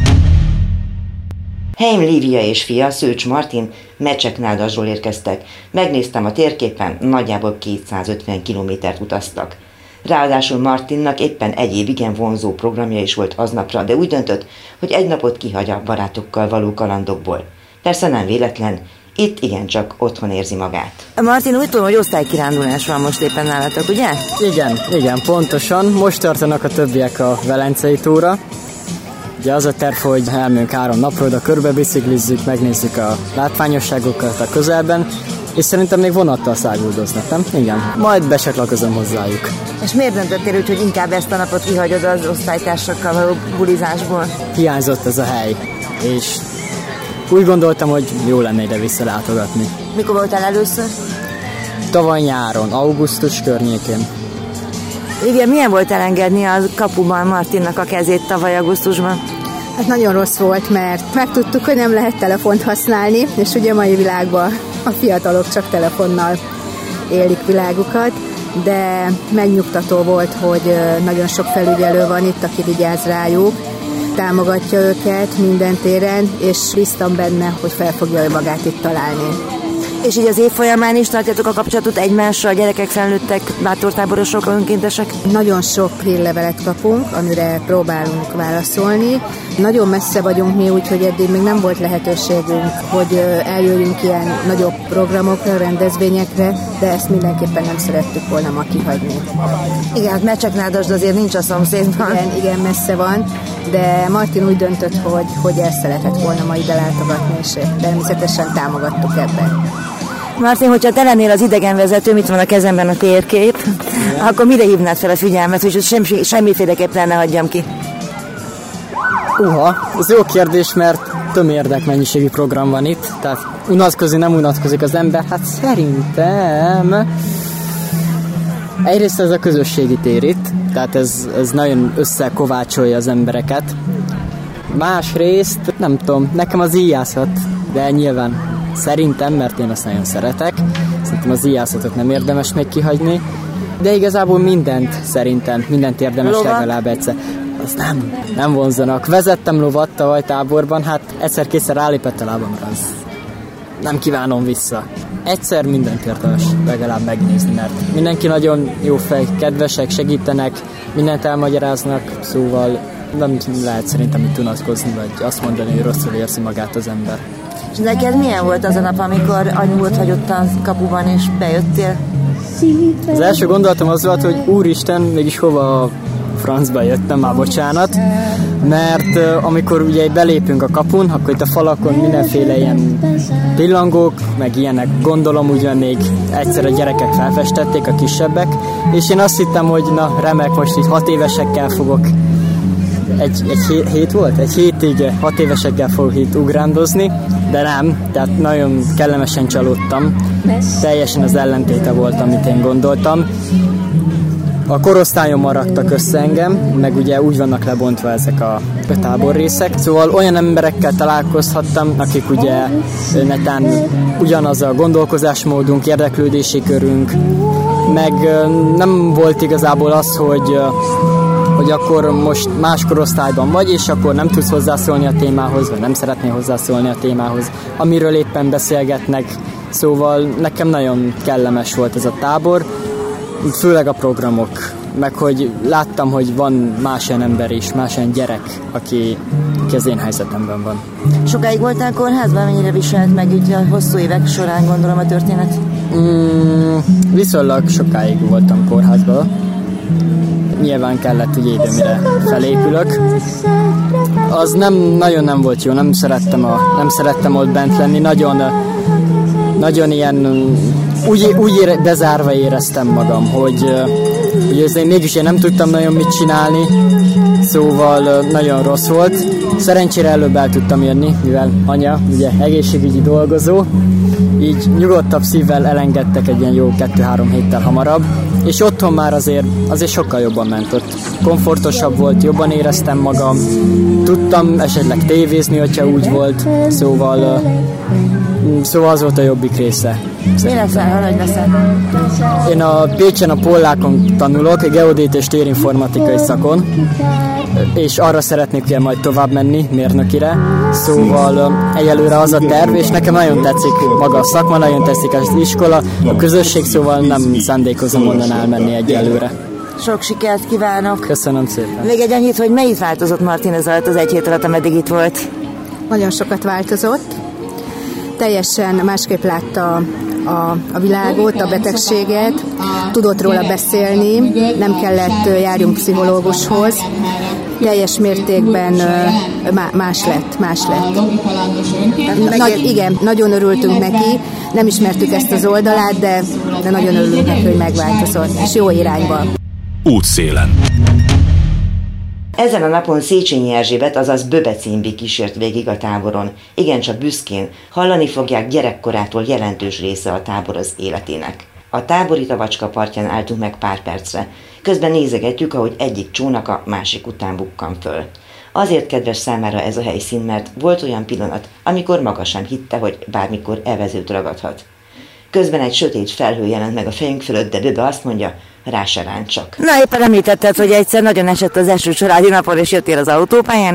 Heim Lívia és fia, Szőcs Martin Mecseknádasról érkeztek. Megnéztem a térképen, nagyjából 250 kilométert utaztak. Ráadásul Martinnak éppen egyéb igen vonzó programja is volt aznapra, de úgy döntött, hogy egy napot kihagy a barátokkal való kalandokból. Persze nem véletlen, itt igencsak otthon érzi magát. Martin, úgy tudom, hogy osztálykirándulás van most éppen nálatok, ugye? Igen, pontosan. Most tartanak a többiek a Velencei túra. Ugye az a terv, hogy elmegyünk 3 napra, oda körbebiciklizzük, megnézzük a látványosságokat a közelben, és szerintem még vonattal száguldoznak, nem? Igen. Majd becsatlakozom hozzájuk. És miért döntöttél úgy, hogy inkább ezt a napot kihagyod az osztálytársakkal való bulizásból? Hiányzott ez a hely, és úgy gondoltam, hogy jó lenne ide visszalátogatni. Mikor voltál először? Tavaly nyáron, augusztus környékén. Lívia, milyen volt elengedni a kapuban Martinnak a kezét tavaly augusztusban? Hát nagyon rossz volt, mert megtudtuk, hogy nem lehet telefont használni, és ugye a mai világban a fiatalok csak telefonnal élik világukat, de megnyugtató volt, hogy nagyon sok felügyelő van itt, aki vigyáz rájuk, támogatja őket minden téren, és bíztam benne, hogy fel fogja ő magát itt találni. És így az év folyamán is tartjátok a kapcsolatot egymással, gyerekek, felnőttek, bátortáborosok, önkéntesek? Nagyon sok hírlevelet kapunk, amire próbálunk válaszolni. Nagyon messze vagyunk mi, úgyhogy eddig még nem volt lehetőségünk, hogy eljöjjünk ilyen nagyobb programokra, rendezvényekre, de ezt mindenképpen nem szerettük volna ma kihagyni. Igen, hát Mecseknádasd azért nincs a szomszédban. Igen, messze van, de Martin úgy döntött, hogy el szeretett volna ma ide látogatni, és természetesen támogattuk ebben. Martin, hogyha te lennél az idegenvezető, mit van a kezemben a térkép, akkor mire hívnád fel a figyelmet, hogy semmiféleképpen ne hagyjam ki? Ez jó kérdés, mert tömérdek mennyiségű program van itt, tehát unatkozik, nem unatkozik az ember, hát szerintem egyrészt ez a közösségi tér itt, tehát ez nagyon összekovácsolja az embereket. Másrészt, nem tudom, nekem az íjászat, de nyilván szerintem, mert én azt nagyon szeretek, szerintem az íjászatot nem érdemes még kihagyni, de igazából mindent érdemes legalább egyszer. Az nem vonzanak. Vezettem lovat tavaly táborban, hát egyszer-kétszer rálépett a lábamra, az nem kívánom vissza. Egyszer mindent érdemes legalább megnézni, mert mindenki nagyon jó fej, kedvesek, segítenek, mindent elmagyaráznak, szóval nem lehet szerintem itt unatkozni, vagy azt mondani, hogy rosszul érzi magát az ember. És neked milyen volt az a nap, amikor anyót hagyott a kapuban, és bejöttél? Az első gondolatom az volt, hogy úristen, mégis hova a francba jöttem, már bocsánat, mert amikor ugye belépünk a kapun, akkor itt a falakon mindenféle ilyen pillangók, meg ilyenek, gondolom ugye még egyszer a gyerekek felfestették, a kisebbek, és én azt hittem, hogy na remek, most így 6 évesekkel fogok egy hétig 6 évesekkel fogok itt ugrándozni, de nem, tehát nagyon kellemesen csalódtam. Teljesen az ellentéte volt, amit én gondoltam. A korosztályon maradtak össze engem, meg ugye úgy vannak lebontva ezek a táborrészek. Szóval olyan emberekkel találkozhattam, akik ugye netán ugyanaz a gondolkozásmódunk, érdeklődési körünk, meg nem volt igazából az, hogy akkor most más korosztályban vagy, és akkor nem tudsz hozzászólni a témához, vagy nem szeretnél hozzászólni a témához, amiről éppen beszélgetnek. Szóval nekem nagyon kellemes volt ez a tábor, főleg a programok meg hogy láttam, hogy van más olyan ember is, más olyan gyerek, aki az én helyzetemben van. Sokáig voltál kórházban, mennyire viselt meg így a hosszú évek során, gondolom, a történet? Viszonylag sokáig voltam kórházban. Nyilván kellett ugye idő, mire felépülök. Az nem volt jó, nem szerettem ott bent lenni, nagyon ilyen úgy bezárva éreztem magam, hogy én mégis nem tudtam nagyon mit csinálni, szóval nagyon rossz volt. Szerencsére előbb el tudtam jönni, mivel anya ugye egészségügyi dolgozó, így nyugodtabb szívvel elengedtek egy ilyen jó 2-3 héttel hamarabb, és otthon már azért sokkal jobban ment ott. Komfortosabb volt, jobban éreztem magam, tudtam esetleg tévézni, hogyha úgy volt, szóval az volt a jobbik része. Mi leszel, hogy leszel? Én a Pécsen a Pollákon tanulok, egy geodét és térinformatikai szakon, és arra szeretnék ugye majd tovább menni, mérnökire. Szóval egyelőre az a terv, és nekem nagyon tetszik maga a szakma, nagyon tetszik az iskola, a közösség, szóval nem szándékozom onnan elmenni egyelőre. Sok sikert kívánok! Köszönöm szépen! Még egy annyit, hogy mennyit változott Martin ez alatt az egy hét alatt, ameddig itt volt? Nagyon sokat változott. Teljesen másképp látta a világot, a betegséget, tudott róla beszélni, nem kellett járjunk pszichológushoz, teljes mértékben más lett. Igen, nagyon örültünk neki, nem ismertük ezt az oldalát, de nagyon örülünk neki, hogy megváltozott, és jó irányba. Útszélen. Ezen a napon Széchenyi Erzsébet, azaz Böbec Imbi kísért végig a táboron. Igencsak büszkén hallani fogják gyerekkorától jelentős része a tábor az életének. A tábori Tavacska partján álltunk meg pár percre. Közben nézegetjük, ahogy egyik csónak a másik után bukkan föl. Azért kedves számára ez a helyszín, mert volt olyan pillanat, amikor maga sem hitte, hogy bármikor evezőt ragadhat. Közben egy sötét felhő jelent meg a fejünk fölött, de Böbe azt mondja, rá se ráncsak. Na, éppen említetted, hogy egyszer nagyon esett az eső családi napon, és jöttél az autópályán,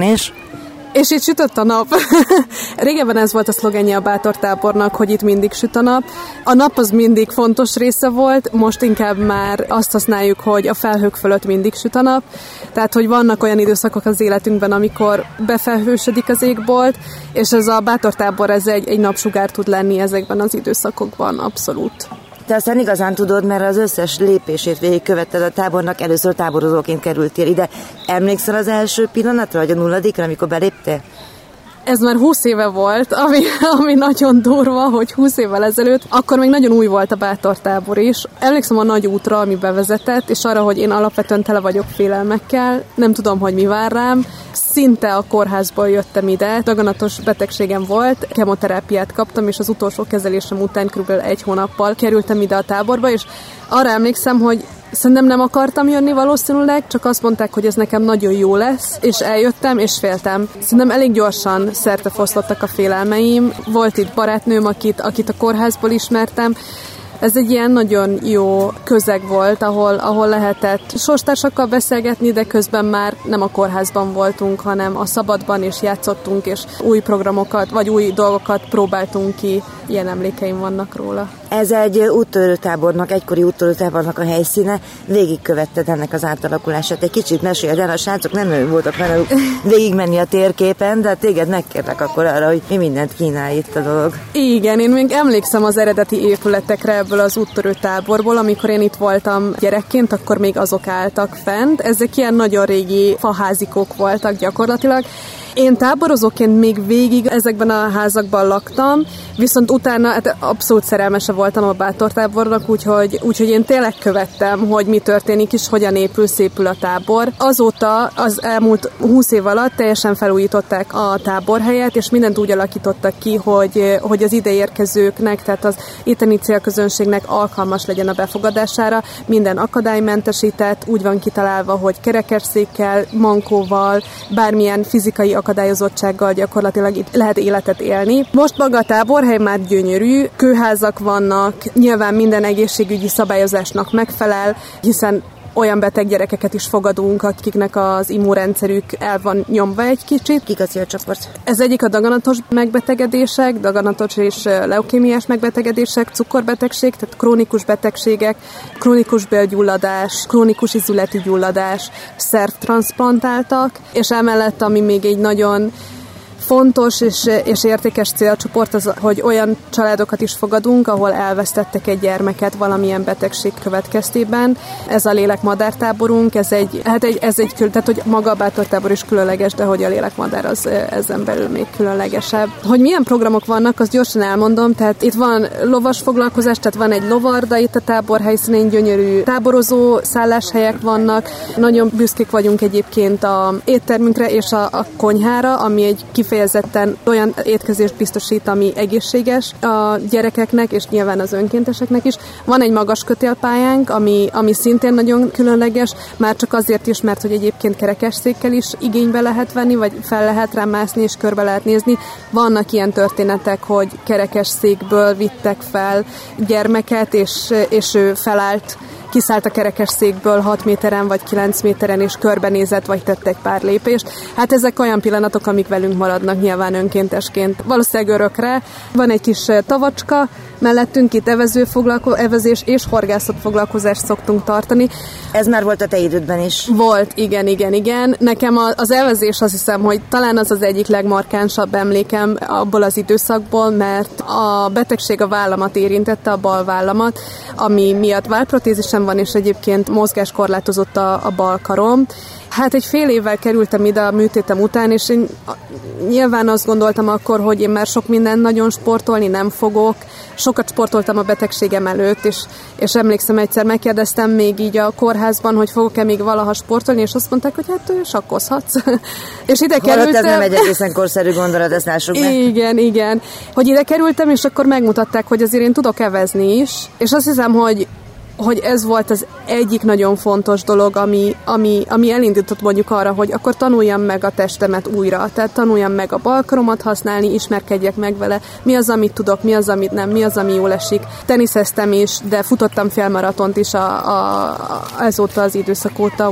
És itt sütött a nap. Régebben ez volt a szlogenje a bátortábornak, hogy itt mindig süt a nap. A nap az mindig fontos része volt, most inkább már azt használjuk, hogy a felhők fölött mindig süt a nap. Tehát, hogy vannak olyan időszakok az életünkben, amikor befelhősödik az égbolt, és ez a bátortábor, ez egy napsugár tud lenni ezekben az időszakokban, abszolút. Te aztán igazán tudod, mert az összes lépését végigkövetted a tábornak, először táborozóként kerültél ide. Emlékszel az első pillanatra, vagy a 0. amikor beléptél? Ez már 20 éve volt, ami nagyon durva, hogy 20 évvel ezelőtt, akkor még nagyon új volt a bátortábor is. Emlékszem a nagy útra, ami bevezetett, és arra, hogy én alapvetően tele vagyok félelmekkel, nem tudom, hogy mi vár rám. Szinte a kórházból jöttem ide, daganatos betegségem volt, kemoterápiát kaptam, és az utolsó kezelésem után kb. 1 hónappal kerültem ide a táborba, és arra emlékszem, hogy szerintem nem akartam jönni valószínűleg, csak azt mondták, hogy ez nekem nagyon jó lesz, és eljöttem, és féltem. Szerintem elég gyorsan szertefoszlottak a félelmeim. Volt itt barátnőm, akit a kórházból ismertem. Ez egy ilyen nagyon jó közeg volt, ahol lehetett sorstársakkal beszélgetni, de közben már nem a kórházban voltunk, hanem a szabadban, és játszottunk, és új programokat, vagy új dolgokat próbáltunk ki. Ilyen emlékeim vannak róla. Ez egy úttörőtábornak, egykori úttörőtábornak a helyszíne. Végigkövetted ennek az átalakulását. Egy kicsit meséld el, a srácok nem voltak velük végigmenni a térképen, de téged megkérlek akkor arra, hogy mi mindent kínál itt a dolog. Igen, én még emlékszem az eredeti épületekre ebből az úttörőtáborból, amikor én itt voltam gyerekként, akkor még azok álltak fent. Ezek ilyen nagyon régi faházikók voltak gyakorlatilag. Én táborozóként még végig ezekben a házakban laktam, viszont utána abszolút szerelmese voltam a bátortábornak, úgyhogy én tényleg követtem, hogy mi történik és hogyan szépül a tábor. Azóta az elmúlt 20 év alatt teljesen felújították a táborhelyet, és mindent úgy alakítottak ki, hogy az ide érkezőknek, tehát az itteni célközönségnek alkalmas legyen a befogadására. Minden akadálymentesített, úgy van kitalálva, hogy kerekesszékkel, mankóval, bármilyen fizikai akadályozottsággal gyakorlatilag itt lehet életet élni. Most maga a táborhely már gyönyörű, kőházak vannak, nyilván minden egészségügyi szabályozásnak megfelel, hiszen olyan beteg gyerekeket is fogadunk, akiknek az immunrendszerük el van nyomva egy kicsit. Kik a célcsoport? Ez egyik a daganatos megbetegedések, daganatos és leukémiás megbetegedések, cukorbetegség, tehát krónikus betegségek, krónikus bélgyulladás, krónikus izületi gyulladás, szervtranszplantáltak, és emellett, ami még egy nagyon fontos és értékes célcsoport az, hogy olyan családokat is fogadunk, ahol elvesztettek egy gyermeket valamilyen betegség következtében. Ez a lélekmadártáborunk, tehát hogy maga a bátortábor is különleges, de hogy a lélekmadár az ezen belül még különlegesebb. Hogy milyen programok vannak, azt gyorsan elmondom, tehát itt van lovas foglalkozás, tehát van egy lovarda itt a tábor helyszínén, gyönyörű táborozó szálláshelyek vannak. Nagyon büszkék vagyunk egyébként a éttermünkre és a konyhára, ami egy kifejezetten olyan étkezést biztosít, ami egészséges a gyerekeknek, és nyilván az önkénteseknek is. Van egy magas kötélpályánk, ami szintén nagyon különleges, már csak azért is, mert hogy egyébként kerekesszékkel is igénybe lehet venni, vagy fel lehet rá mászni, és körbe lehet nézni. Vannak ilyen történetek, hogy kerekesszékből vittek fel gyermeket, és ő felállt, kiszállt a kerekesszékből 6 méteren vagy 9 méteren, és körbenézett, vagy tett egy pár lépést. Hát ezek olyan pillanatok, amik velünk maradnak nyilván önkéntesként. Valószínűleg örökre. Van egy kis tavacska, mellettünk itt evezés és horgászat foglalkozást szoktunk tartani. Ez már volt a te idődben is? Volt, igen. Nekem az evezés, azt hiszem, hogy talán az egyik legmarkánsabb emlékem abból az időszakból, mert a betegség a vállamat érintette, a bal vállamat, ami miatt vállprotézisem van, és egyébként mozgáskorlátozott a bal karom. Hát egy fél évvel kerültem ide a műtétem után, és én nyilván azt gondoltam akkor, hogy én már sok mindent nagyon sportolni nem fogok. Sokat sportoltam a betegségem előtt, és emlékszem, egyszer megkérdeztem még így a kórházban, hogy fogok-e még valaha sportolni, és azt mondták, hogy hát sakkozhatsz. És ide kerültem. Ez nem egy egészen korszerű gondolat, ezt lássuk meg. Igen. Hogy ide kerültem, és akkor megmutatták, hogy azért én tudok evezni is, és azt hiszem, hogy ez volt az egyik nagyon fontos dolog, ami elindított mondjuk arra, hogy akkor tanuljam meg a testemet újra, tehát tanuljam meg a balkaromat használni, ismerkedjek meg vele, mi az, amit tudok, mi az, amit nem, mi az, ami jól esik. Teniszeztem is, de futottam félmaratont is ezóta az időszak óta,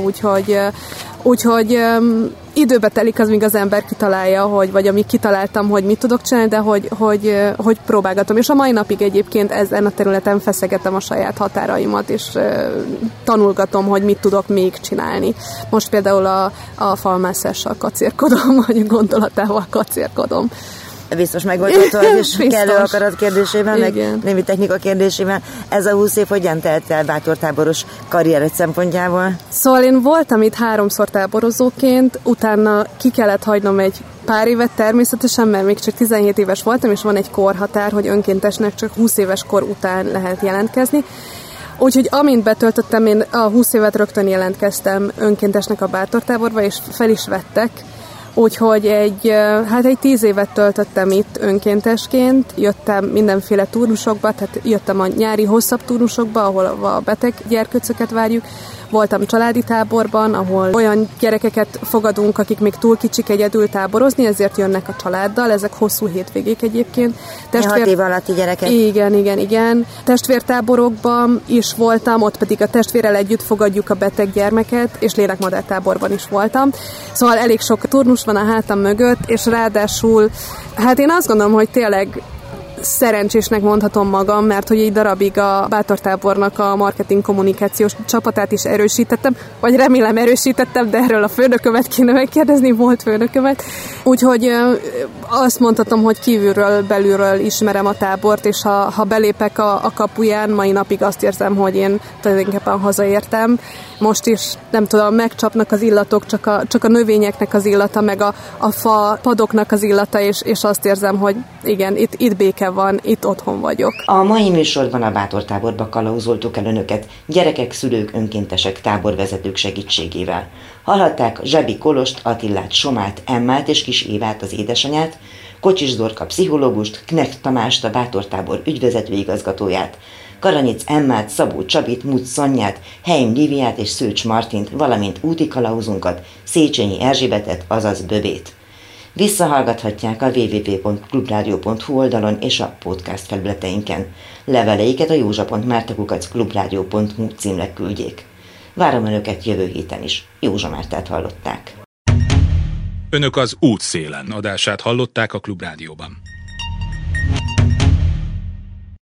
úgyhogy időbe telik az, míg az ember kitalálja, vagy amíg kitaláltam, hogy mit tudok csinálni, de hogy próbálgatom. És a mai napig egyébként ezen a területen feszegetem a saját határaimat, és tanulgatom, hogy mit tudok még csinálni. Most például a falmászással kacérkodom, vagy gondolatával kacérkodom. Biztos megoldható az is kellő akarat kérdésében, meg némi technika kérdésében. Ez a 20 év hogyan telt el bátortáboros karriered szempontjából? Szóval én voltam itt 3-szor táborozóként, utána ki kellett hagynom egy pár évet természetesen, mert még csak 17 éves voltam, és van egy korhatár, hogy önkéntesnek csak 20 éves kor után lehet jelentkezni. Úgyhogy amint betöltöttem, én a 20 évet rögtön jelentkeztem önkéntesnek a bátortáborba, és fel is vettek. Úgyhogy egy 10 évet töltöttem itt önkéntesként, jöttem mindenféle turnusokba, tehát jöttem a nyári hosszabb turnusokba, ahol a beteg gyerkőcöket várjuk, voltam családi táborban, ahol olyan gyerekeket fogadunk, akik még túl kicsik egyedül táborozni, ezért jönnek a családdal, ezek hosszú hétvégék egyébként. 6 év alatti gyerekek? Igen. Testvértáborokban is voltam, ott pedig a testvérrel együtt fogadjuk a beteg gyermeket, és lélekmadártáborban is voltam. Szóval elég sok turnus van a hátam mögött, és ráadásul, hát én azt gondolom, hogy tényleg szerencsésnek mondhatom magam, mert hogy egy darabig a bátortábornak a marketing kommunikációs csapatát is erősítettem, vagy remélem erősítettem, de erről a főnökömet kéne megkérdezni, volt főnökömet. Úgyhogy azt mondhatom, hogy kívülről, belülről ismerem a tábort, és ha belépek a kapuján, mai napig azt érzem, hogy én tulajdonképpen hazaértem. Most is, nem tudom, megcsapnak az illatok, csak a növényeknek az illata, meg a fa padoknak az illata, és azt érzem, hogy igen, itt béke van, itt otthon vagyok. A mai műsorban a bátortáborba kalauzoltuk el önöket gyerekek, szülők, önkéntesek, táborvezetők segítségével. Hallhatták Zsebi Kolost, Attillát, Somát, Emmát és Kis Évát, az édesanyát, Kocsis Dorka pszichológust, Knecht Tamást, a bátortábor ügyvezető igazgatóját, Karanyic Emmát, Szabó Csabit, Muc Szonyát, Heim Liviát és Szőcs Martint, valamint úti kalauzunkat, Széchenyi Erzsébetet, azaz Böbét. Visszahallgathatják a www.clubradio.hu oldalon és a podcast felületeinken. Leveleiket a józsa.márta@clubradio.hu címre küldjék. Várom önöket jövő héten is. Józsa Mártát hallották. Önök az Útszélen adását hallották a Klubrádióban.